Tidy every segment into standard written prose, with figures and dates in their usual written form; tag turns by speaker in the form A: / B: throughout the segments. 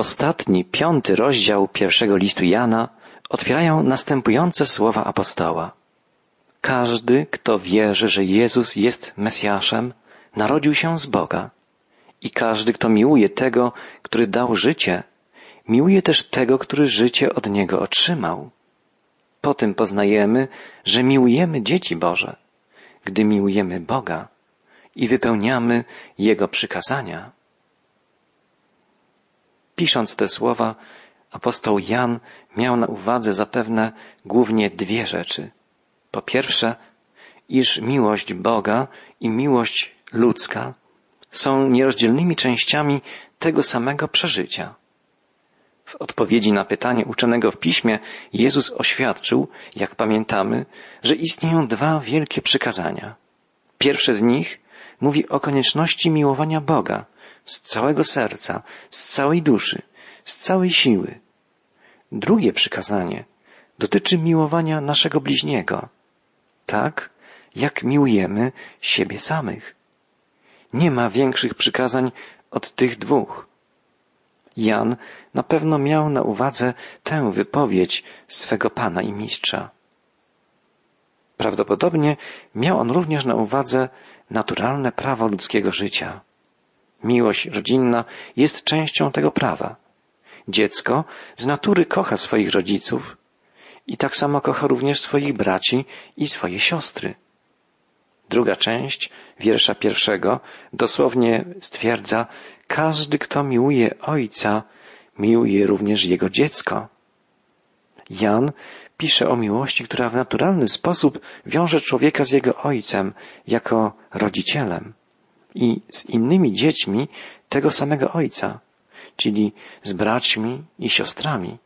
A: Ostatni, 5. rozdział pierwszego listu Jana otwierają następujące słowa apostoła. Każdy, kto wierzy, że Jezus jest Mesjaszem, narodził się z Boga. I każdy, kto miłuje tego, który dał życie, miłuje też tego, który życie od Niego otrzymał. Po tym poznajemy, że miłujemy dzieci Boże, gdy miłujemy Boga i wypełniamy Jego przykazania. Pisząc te słowa, apostoł Jan miał na uwadze zapewne głównie 2 rzeczy. Po pierwsze, iż miłość Boga i miłość ludzka są nierozdzielnymi częściami tego samego przeżycia. W odpowiedzi na pytanie uczonego w Piśmie Jezus oświadczył, jak pamiętamy, że istnieją 2 wielkie przykazania. Pierwsze z nich mówi o konieczności miłowania Boga z całego serca, z całej duszy, z całej siły. Drugie przykazanie dotyczy miłowania naszego bliźniego, tak jak miłujemy siebie samych. Nie ma większych przykazań od tych 2. Jan na pewno miał na uwadze tę wypowiedź swego Pana i Mistrza. Prawdopodobnie miał on również na uwadze naturalne prawo ludzkiego życia. Miłość rodzinna jest częścią tego prawa. Dziecko z natury kocha swoich rodziców i tak samo kocha również swoich braci i swoje siostry. Druga część wiersza 1 dosłownie stwierdza: każdy, kto miłuje ojca, miłuje również jego dziecko. Jan pisze o miłości, która w naturalny sposób wiąże człowieka z jego ojcem jako rodzicielem i z innymi dziećmi tego samego ojca, czyli z braćmi i siostrami.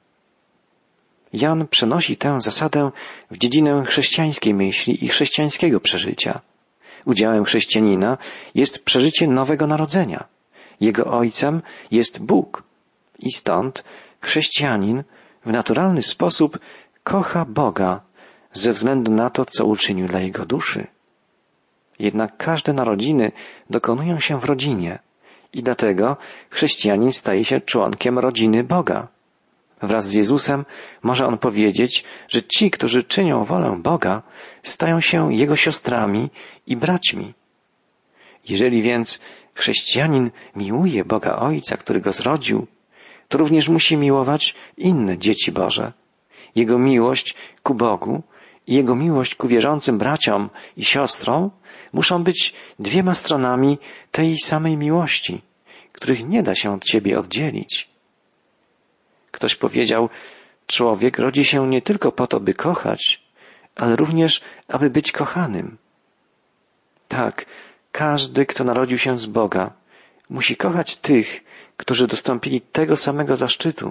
A: Jan przenosi tę zasadę w dziedzinę chrześcijańskiej myśli i chrześcijańskiego przeżycia. Udziałem chrześcijanina jest przeżycie nowego narodzenia. Jego ojcem jest Bóg i stąd chrześcijanin w naturalny sposób kocha Boga ze względu na to, co uczynił dla jego duszy. Jednak każde narodziny dokonują się w rodzinie i dlatego chrześcijanin staje się członkiem rodziny Boga. Wraz z Jezusem może on powiedzieć, że ci, którzy czynią wolę Boga, stają się Jego siostrami i braćmi. Jeżeli więc chrześcijanin miłuje Boga Ojca, który go zrodził, to również musi miłować inne dzieci Boże. Jego miłość ku Bogu i jego miłość ku wierzącym braciom i siostrom muszą być 2 stronami tej samej miłości, których nie da się od siebie oddzielić. Ktoś powiedział, człowiek rodzi się nie tylko po to, by kochać, ale również, aby być kochanym. Tak, każdy, kto narodził się z Boga, musi kochać tych, którzy dostąpili tego samego zaszczytu.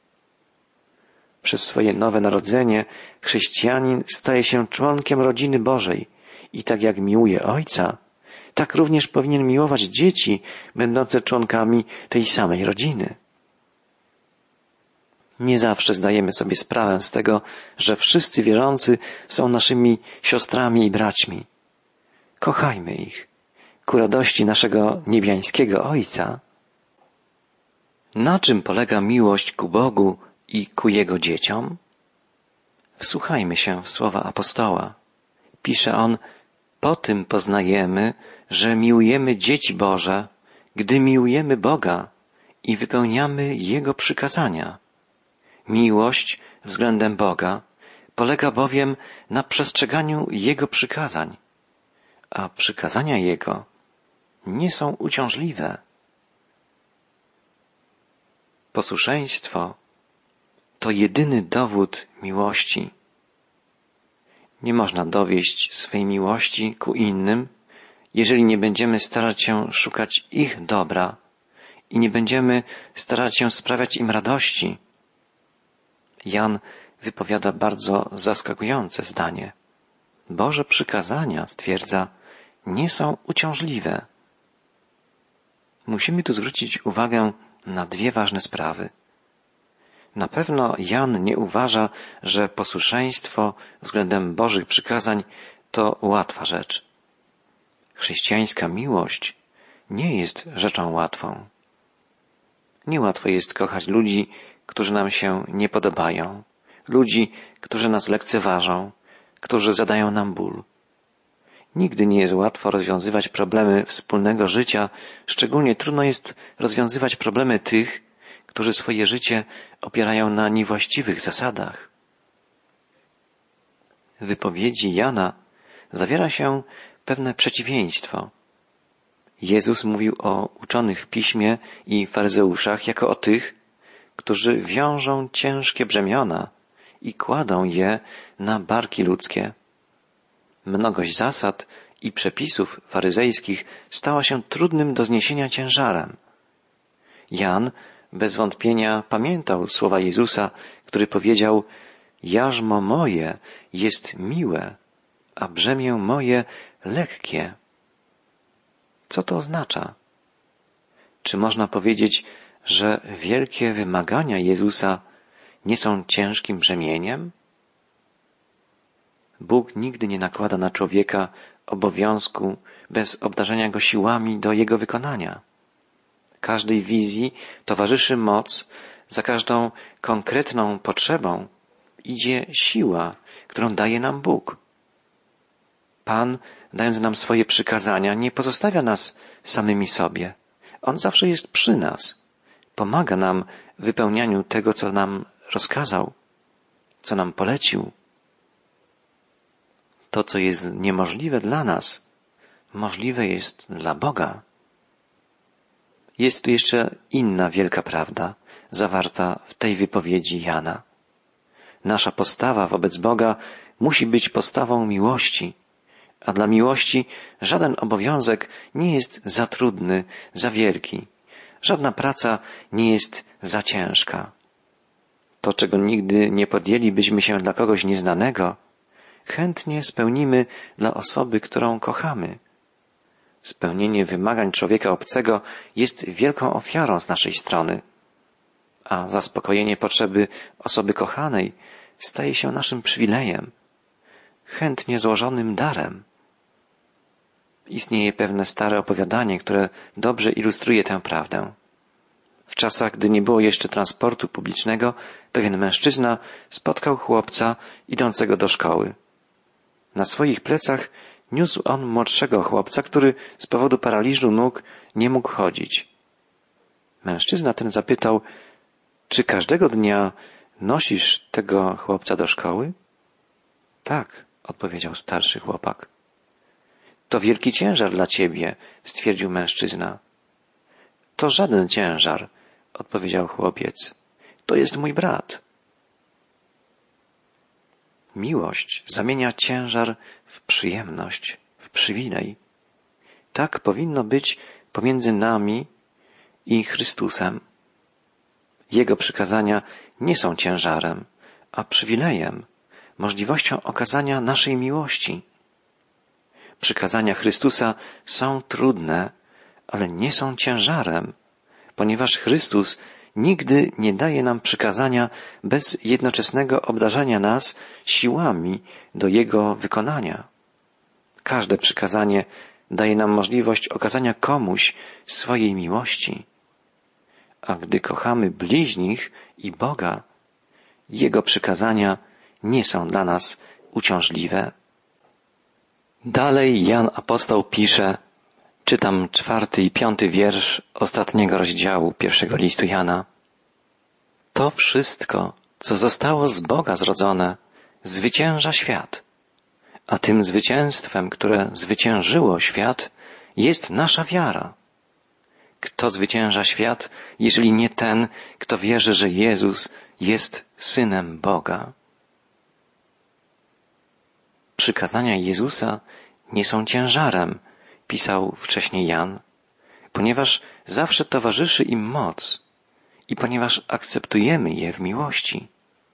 A: Przez swoje nowe narodzenie chrześcijanin staje się członkiem rodziny Bożej i tak jak miłuje Ojca, tak również powinien miłować dzieci, będące członkami tej samej rodziny. Nie zawsze zdajemy sobie sprawę z tego, że wszyscy wierzący są naszymi siostrami i braćmi. Kochajmy ich ku radości naszego niebiańskiego Ojca. Na czym polega miłość ku Bogu i ku Jego dzieciom? Wsłuchajmy się w słowa apostoła. Pisze on: po tym poznajemy, że miłujemy dzieci Boże, gdy miłujemy Boga i wypełniamy Jego przykazania. Miłość względem Boga polega bowiem na przestrzeganiu Jego przykazań, a przykazania Jego nie są uciążliwe. Posłuszeństwo to jedyny dowód miłości. Nie można dowieść swej miłości ku innym, jeżeli nie będziemy starać się szukać ich dobra i nie będziemy starać się sprawiać im radości. Jan wypowiada bardzo zaskakujące zdanie. Boże przykazania, stwierdza, nie są uciążliwe. Musimy tu zwrócić uwagę na 2 ważne sprawy. Na pewno Jan nie uważa, że posłuszeństwo względem Bożych przykazań to łatwa rzecz. Chrześcijańska miłość nie jest rzeczą łatwą. Niełatwo jest kochać ludzi, którzy nam się nie podobają, ludzi, którzy nas lekceważą, którzy zadają nam ból. Nigdy nie jest łatwo rozwiązywać problemy wspólnego życia, szczególnie trudno jest rozwiązywać problemy tych, którzy swoje życie opierają na niewłaściwych zasadach. W wypowiedzi Jana zawiera się pewne przeciwieństwo. Jezus mówił o uczonych w piśmie i faryzeuszach jako o tych, którzy wiążą ciężkie brzemiona i kładą je na barki ludzkie. Mnogość zasad i przepisów faryzejskich stała się trudnym do zniesienia ciężarem. Jan bez wątpienia pamiętał słowa Jezusa, który powiedział: jarzmo moje jest miłe, a brzemię moje lekkie. Co to oznacza? Czy można powiedzieć, że wielkie wymagania Jezusa nie są ciężkim brzemieniem? Bóg nigdy nie nakłada na człowieka obowiązku bez obdarzenia go siłami do jego wykonania. Każdej wizji towarzyszy moc, za każdą konkretną potrzebą idzie siła, którą daje nam Bóg. Pan, dając nam swoje przykazania, nie pozostawia nas samymi sobie. On zawsze jest przy nas. Pomaga nam w wypełnianiu tego, co nam rozkazał, co nam polecił. To, co jest niemożliwe dla nas, możliwe jest dla Boga. Jest tu jeszcze inna wielka prawda zawarta w tej wypowiedzi Jana. Nasza postawa wobec Boga musi być postawą miłości, a dla miłości żaden obowiązek nie jest za trudny, za wielki. Żadna praca nie jest za ciężka. To, czego nigdy nie podjęlibyśmy się dla kogoś nieznanego, chętnie spełnimy dla osoby, którą kochamy. Spełnienie wymagań człowieka obcego jest wielką ofiarą z naszej strony, a zaspokojenie potrzeby osoby kochanej staje się naszym przywilejem, chętnie złożonym darem. Istnieje pewne stare opowiadanie, które dobrze ilustruje tę prawdę. W czasach, gdy nie było jeszcze transportu publicznego, pewien mężczyzna spotkał chłopca idącego do szkoły. Na swoich plecach niósł on młodszego chłopca, który z powodu paraliżu nóg nie mógł chodzić. Mężczyzna ten zapytał: czy każdego dnia nosisz tego chłopca do szkoły? Tak, odpowiedział starszy chłopak. To wielki ciężar dla ciebie, stwierdził mężczyzna. To żaden ciężar, odpowiedział chłopiec. To jest mój brat. Miłość zamienia ciężar w przyjemność, w przywilej. Tak powinno być pomiędzy nami i Chrystusem. Jego przykazania nie są ciężarem, a przywilejem, możliwością okazania naszej miłości. Przykazania Chrystusa są trudne, ale nie są ciężarem, ponieważ Chrystus nigdy nie daje nam przykazania bez jednoczesnego obdarzenia nas siłami do jego wykonania. Każde przykazanie daje nam możliwość okazania komuś swojej miłości. A gdy kochamy bliźnich i Boga, Jego przykazania nie są dla nas uciążliwe. Dalej Jan Apostoł pisze, czytam 4. i 5. wiersz ostatniego rozdziału 1. listu Jana. To wszystko, co zostało z Boga zrodzone, zwycięża świat. A tym zwycięstwem, które zwyciężyło świat, jest nasza wiara. Kto zwycięża świat, jeżeli nie ten, kto wierzy, że Jezus jest Synem Boga? Przykazania Jezusa nie są ciężarem, pisał wcześniej Jan, ponieważ zawsze towarzyszy im moc i ponieważ akceptujemy je w miłości.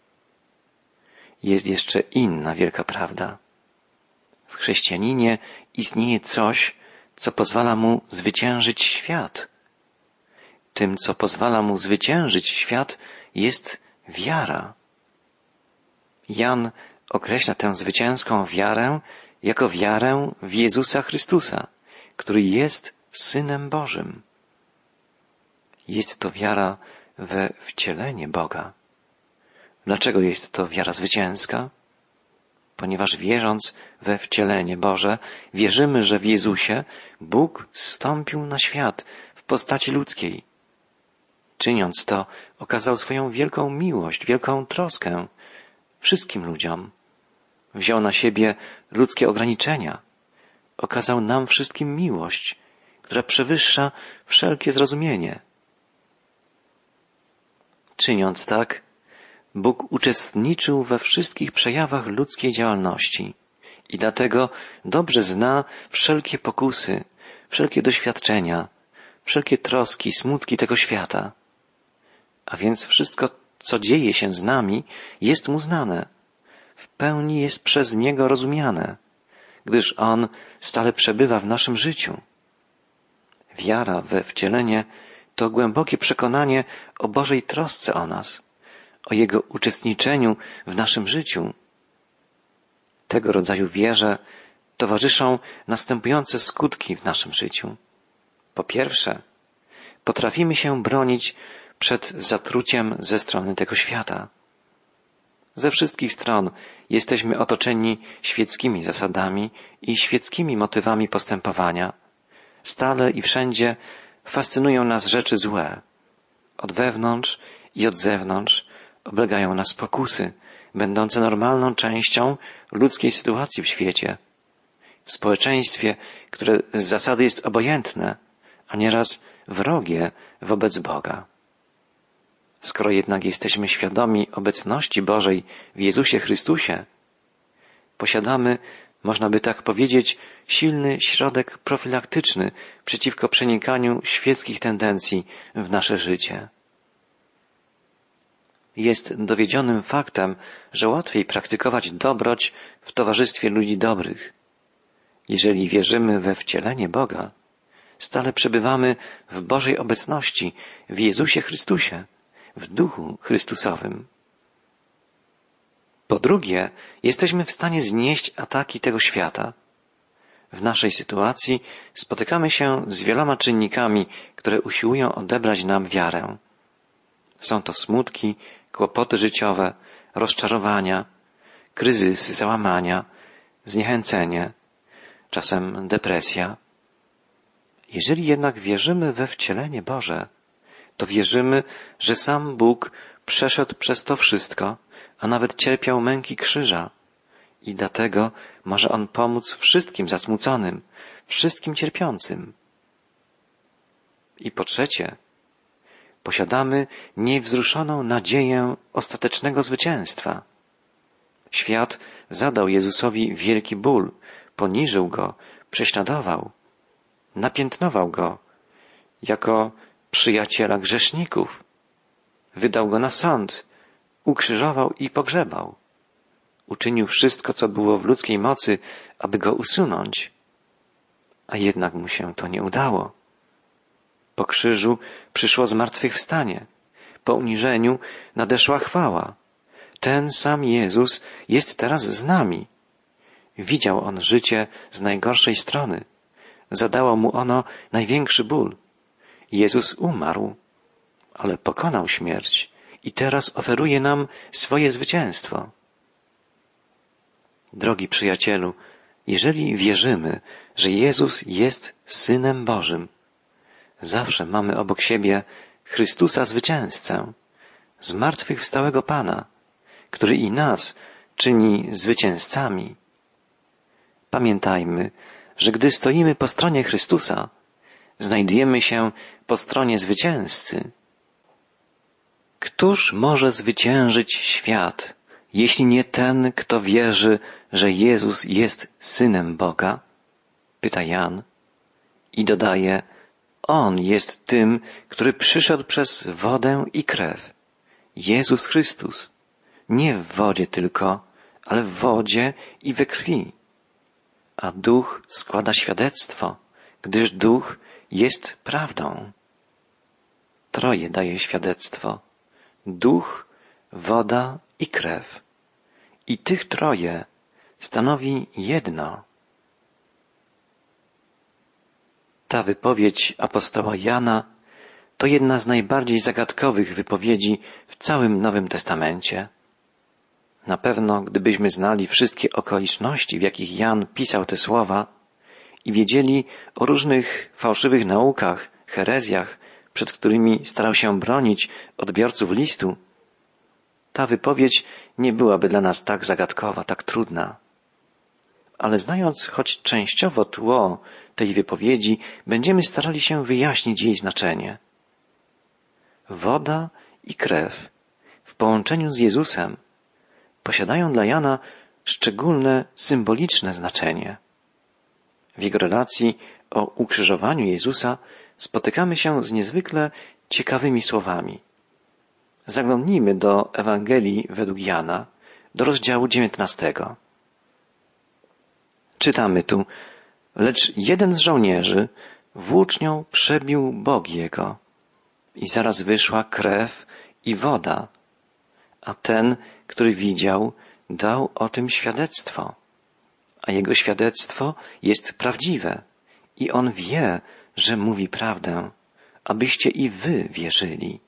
A: Jest jeszcze inna wielka prawda. W chrześcijaninie istnieje coś, co pozwala mu zwyciężyć świat. Tym, co pozwala mu zwyciężyć świat, jest wiara. Jan określa tę zwycięską wiarę jako wiarę w Jezusa Chrystusa, który jest Synem Bożym. Jest to wiara we wcielenie Boga. Dlaczego jest to wiara zwycięska? Ponieważ wierząc we wcielenie Boże, wierzymy, że w Jezusie Bóg zstąpił na świat w postaci ludzkiej. Czyniąc to, okazał swoją wielką miłość, wielką troskę wszystkim ludziom. Wziął na siebie ludzkie ograniczenia. Okazał nam wszystkim miłość, która przewyższa wszelkie zrozumienie. Czyniąc tak, Bóg uczestniczył we wszystkich przejawach ludzkiej działalności i dlatego dobrze zna wszelkie pokusy, wszelkie doświadczenia, wszelkie troski, smutki tego świata. A więc wszystko, co dzieje się z nami, jest Mu znane. W pełni jest przez Niego rozumiane, gdyż On stale przebywa w naszym życiu. Wiara we wcielenie to głębokie przekonanie o Bożej trosce o nas, o Jego uczestniczeniu w naszym życiu. Tego rodzaju wierze towarzyszą następujące skutki w naszym życiu. Po pierwsze, potrafimy się bronić przed zatruciem ze strony tego świata. Ze wszystkich stron jesteśmy otoczeni świeckimi zasadami i świeckimi motywami postępowania. Stale i wszędzie fascynują nas rzeczy złe. Od wewnątrz i od zewnątrz oblegają nas pokusy, będące normalną częścią ludzkiej sytuacji w świecie. W społeczeństwie, które z zasady jest obojętne, a nieraz wrogie wobec Boga. Skoro jednak jesteśmy świadomi obecności Bożej w Jezusie Chrystusie, posiadamy, można by tak powiedzieć, silny środek profilaktyczny przeciwko przenikaniu świeckich tendencji w nasze życie. Jest dowiedzionym faktem, że łatwiej praktykować dobroć w towarzystwie ludzi dobrych. Jeżeli wierzymy we wcielenie Boga, stale przebywamy w Bożej obecności, w Jezusie Chrystusie, w Duchu Chrystusowym. Po drugie, jesteśmy w stanie znieść ataki tego świata. W naszej sytuacji spotykamy się z wieloma czynnikami, które usiłują odebrać nam wiarę. Są to smutki, kłopoty życiowe, rozczarowania, kryzysy, załamania, zniechęcenie, czasem depresja. Jeżeli jednak wierzymy we wcielenie Boże, to wierzymy, że sam Bóg przeszedł przez to wszystko, a nawet cierpiał męki krzyża. I dlatego może On pomóc wszystkim zasmuconym, wszystkim cierpiącym. I po trzecie, posiadamy niewzruszoną nadzieję ostatecznego zwycięstwa. Świat zadał Jezusowi wielki ból, poniżył Go, prześladował, napiętnował Go jako przyjaciela grzeszników. Wydał Go na sąd, ukrzyżował i pogrzebał. Uczynił wszystko, co było w ludzkiej mocy, aby Go usunąć. A jednak Mu się to nie udało. Po krzyżu przyszło zmartwychwstanie. Po uniżeniu nadeszła chwała. Ten sam Jezus jest teraz z nami. Widział On życie z najgorszej strony. Zadało Mu ono największy ból. Jezus umarł, ale pokonał śmierć i teraz oferuje nam swoje zwycięstwo. Drogi przyjacielu, jeżeli wierzymy, że Jezus jest Synem Bożym, zawsze mamy obok siebie Chrystusa zwycięzcę, zmartwychwstałego Pana, który i nas czyni zwycięzcami. Pamiętajmy, że gdy stoimy po stronie Chrystusa, znajdujemy się po stronie zwycięzcy. Któż może zwyciężyć świat, jeśli nie ten, kto wierzy, że Jezus jest Synem Boga? Pyta Jan i dodaje, On jest tym, który przyszedł przez wodę i krew. Jezus Chrystus. Nie w wodzie tylko, ale w wodzie i we krwi. A Duch składa świadectwo, gdyż Duch jest prawdą. Troje daje świadectwo. Duch, woda i krew. I tych troje stanowi jedno. Ta wypowiedź apostoła Jana To jedna z najbardziej zagadkowych wypowiedzi w całym Nowym Testamencie. Na pewno, gdybyśmy znali wszystkie okoliczności, w jakich Jan pisał te słowa i wiedzieli o różnych fałszywych naukach, herezjach, przed którymi starał się bronić odbiorców listu, ta wypowiedź nie byłaby dla nas tak zagadkowa, tak trudna. Ale znając choć częściowo tło tej wypowiedzi, będziemy starali się wyjaśnić jej znaczenie. Woda i krew w połączeniu z Jezusem posiadają dla Jana szczególne, symboliczne znaczenie. W jego relacji o ukrzyżowaniu Jezusa spotykamy się z niezwykle ciekawymi słowami. Zaglądnijmy do Ewangelii według Jana, do rozdziału 19. Czytamy tu: lecz jeden z żołnierzy włócznią przebił bok jego i zaraz wyszła krew i woda, a ten, który widział, dał o tym świadectwo, a jego świadectwo jest prawdziwe i on wie, że mówi prawdę, abyście i wy wierzyli.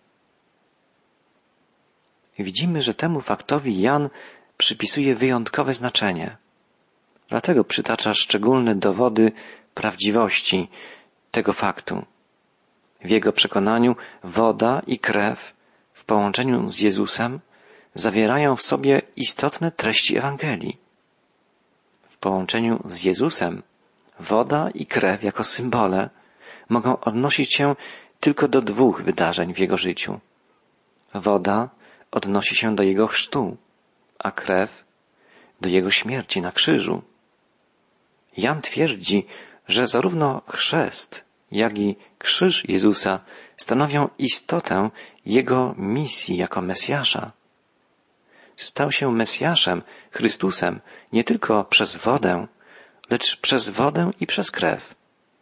A: Widzimy, że temu faktowi Jan przypisuje wyjątkowe znaczenie. Dlatego przytacza szczególne dowody prawdziwości tego faktu. W jego przekonaniu woda i krew w połączeniu z Jezusem zawierają w sobie istotne treści Ewangelii. W połączeniu z Jezusem woda i krew jako symbole mogą odnosić się tylko do dwóch wydarzeń w jego życiu. Woda odnosi się do jego chrztu, a krew do jego śmierci na krzyżu. Jan twierdzi, że zarówno chrzest, jak i krzyż Jezusa stanowią istotę jego misji jako Mesjasza. Stał się Mesjaszem, Chrystusem, nie tylko przez wodę, lecz przez wodę i przez krew.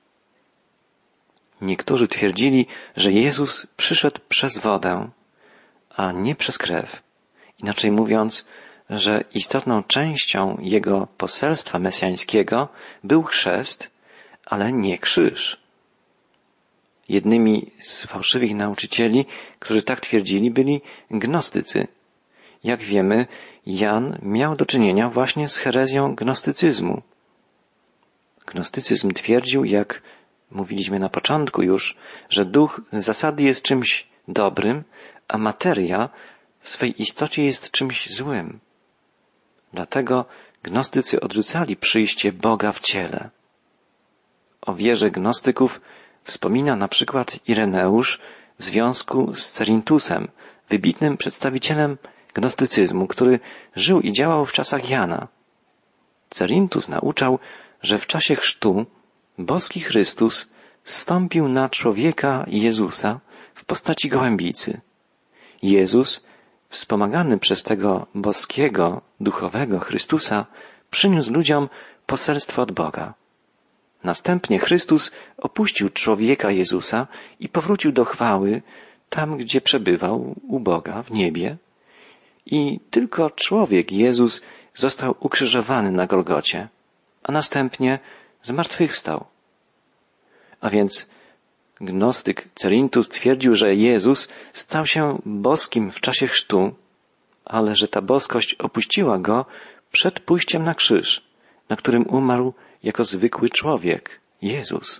A: Niektórzy twierdzili, że Jezus przyszedł przez wodę, a nie przez krew. Inaczej mówiąc, że istotną częścią jego poselstwa mesjańskiego był chrzest, ale nie krzyż. Jednymi z fałszywych nauczycieli, którzy tak twierdzili, byli gnostycy. Jak wiemy, Jan miał do czynienia właśnie z herezją gnostycyzmu. Gnostycyzm twierdził, jak mówiliśmy na początku już, że duch z zasady jest czymś dobrym, a materia w swej istocie jest czymś złym. Dlatego gnostycy odrzucali przyjście Boga w ciele. O wierze gnostyków wspomina na przykład Ireneusz w związku z Cerintusem, wybitnym przedstawicielem gnostycyzmu, który żył i działał w czasach Jana. Cerintus nauczał, że w czasie chrztu boski Chrystus zstąpił na człowieka Jezusa w postaci gołębicy. Jezus, wspomagany przez tego boskiego, duchowego Chrystusa, przyniósł ludziom poselstwo od Boga. Następnie Chrystus opuścił człowieka Jezusa i powrócił do chwały tam, gdzie przebywał u Boga w niebie. I tylko człowiek Jezus został ukrzyżowany na Golgocie, a następnie zmartwychwstał. A więc gnostyk Cerintus twierdził, że Jezus stał się boskim w czasie chrztu, ale że ta boskość opuściła go przed pójściem na krzyż, na którym umarł jako zwykły człowiek, Jezus.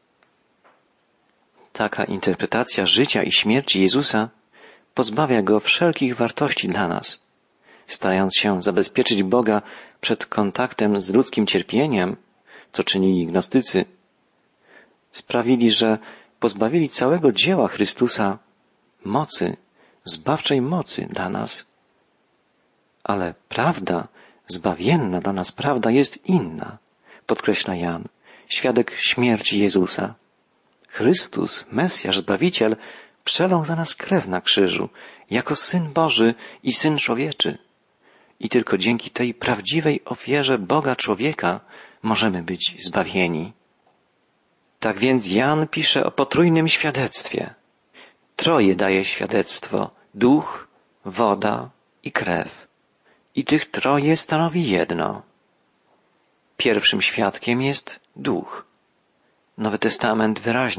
A: Taka interpretacja życia i śmierci Jezusa pozbawia go wszelkich wartości dla nas. Starając się zabezpieczyć Boga przed kontaktem z ludzkim cierpieniem, co czynili gnostycy, sprawili, że pozbawili całego dzieła Chrystusa mocy, zbawczej mocy dla nas. Ale prawda, zbawienna dla nas prawda jest inna, podkreśla Jan, świadek śmierci Jezusa. Chrystus, Mesjasz, Zbawiciel, przelał za nas krew na krzyżu, jako Syn Boży i Syn Człowieczy. I tylko dzięki tej prawdziwej ofierze Boga człowieka możemy być zbawieni. Tak więc Jan pisze o potrójnym świadectwie. Troje daje świadectwo: duch, woda i krew. I tych troje stanowi jedno. Pierwszym świadkiem jest duch. Nowy Testament wyraźnie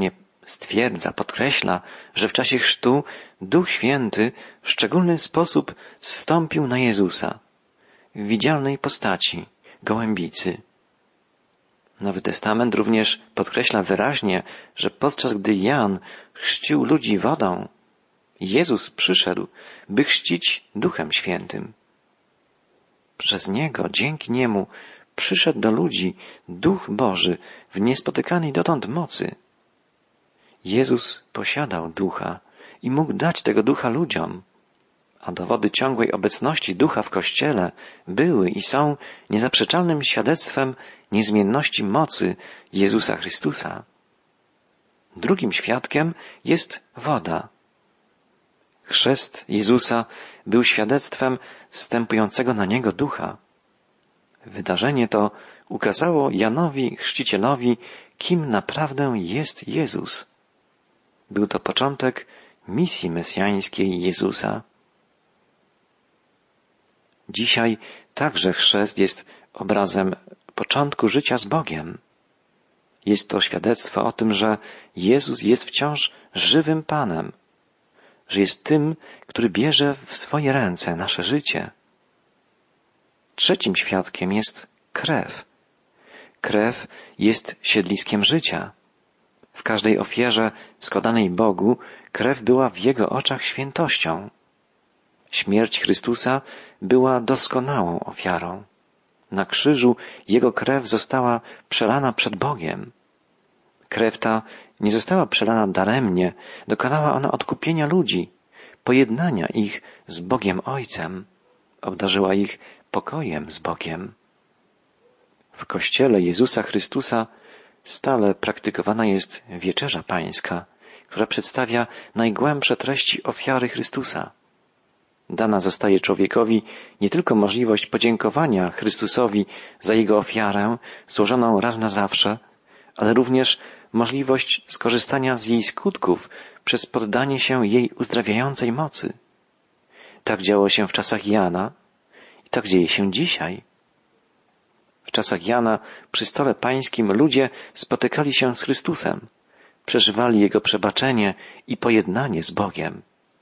A: stwierdza, podkreśla, że w czasie chrztu Duch Święty w szczególny sposób zstąpił na Jezusa w widzialnej postaci, gołębicy. Nowy Testament również podkreśla wyraźnie, że podczas gdy Jan chrzcił ludzi wodą, Jezus przyszedł, by chrzcić Duchem Świętym. Przez Niego, dzięki Niemu, przyszedł do ludzi Duch Boży w niespotykanej dotąd mocy. Jezus posiadał Ducha i mógł dać tego Ducha ludziom, a dowody ciągłej obecności Ducha w Kościele były i są niezaprzeczalnym świadectwem niezmienności mocy Jezusa Chrystusa. Drugim świadkiem jest woda. Chrzest Jezusa był świadectwem zstępującego na Niego Ducha. Wydarzenie to ukazało Janowi Chrzcicielowi, kim naprawdę jest Jezus. Był to początek misji mesjańskiej Jezusa. Dzisiaj także chrzest jest obrazem początku życia z Bogiem. Jest to świadectwo o tym, że Jezus jest wciąż żywym Panem, że jest tym, który bierze w swoje ręce nasze życie. Trzecim świadkiem jest krew. Krew jest siedliskiem życia. W każdej ofierze składanej Bogu krew była w Jego oczach świętością. Śmierć Chrystusa była doskonałą ofiarą. Na krzyżu Jego krew została przelana przed Bogiem. Krew ta nie została przelana daremnie, dokonała ona odkupienia ludzi, pojednania ich z Bogiem Ojcem, obdarzyła ich pokojem z Bogiem. W Kościele Jezusa Chrystusa stale praktykowana jest Wieczerza Pańska, która przedstawia najgłębsze treści ofiary Chrystusa. Dana zostaje człowiekowi nie tylko możliwość podziękowania Chrystusowi za Jego ofiarę złożoną raz na zawsze, ale również możliwość skorzystania z jej skutków przez poddanie się jej uzdrawiającej mocy. Tak działo się w czasach Jana i tak dzieje się dzisiaj. W czasach Jana przy stole pańskim ludzie spotykali się z Chrystusem, przeżywali Jego przebaczenie i pojednanie z Bogiem.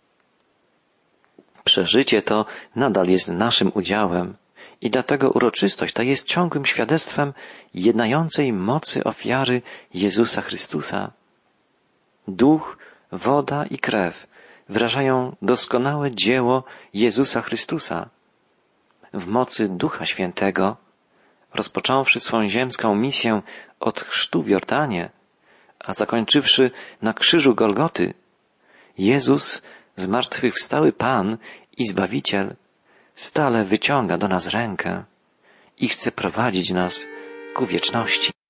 A: Przeżycie to nadal jest naszym udziałem i dlatego uroczystość ta jest ciągłym świadectwem jednającej mocy ofiary Jezusa Chrystusa. Duch, woda i krew wyrażają doskonałe dzieło Jezusa Chrystusa. W mocy Ducha Świętego, rozpocząwszy swą ziemską misję od chrztu w Jordanie, a zakończywszy na krzyżu Golgoty, Jezus, zmartwychwstały Pan i Zbawiciel, stale wyciąga do nas rękę i chce prowadzić nas ku wieczności.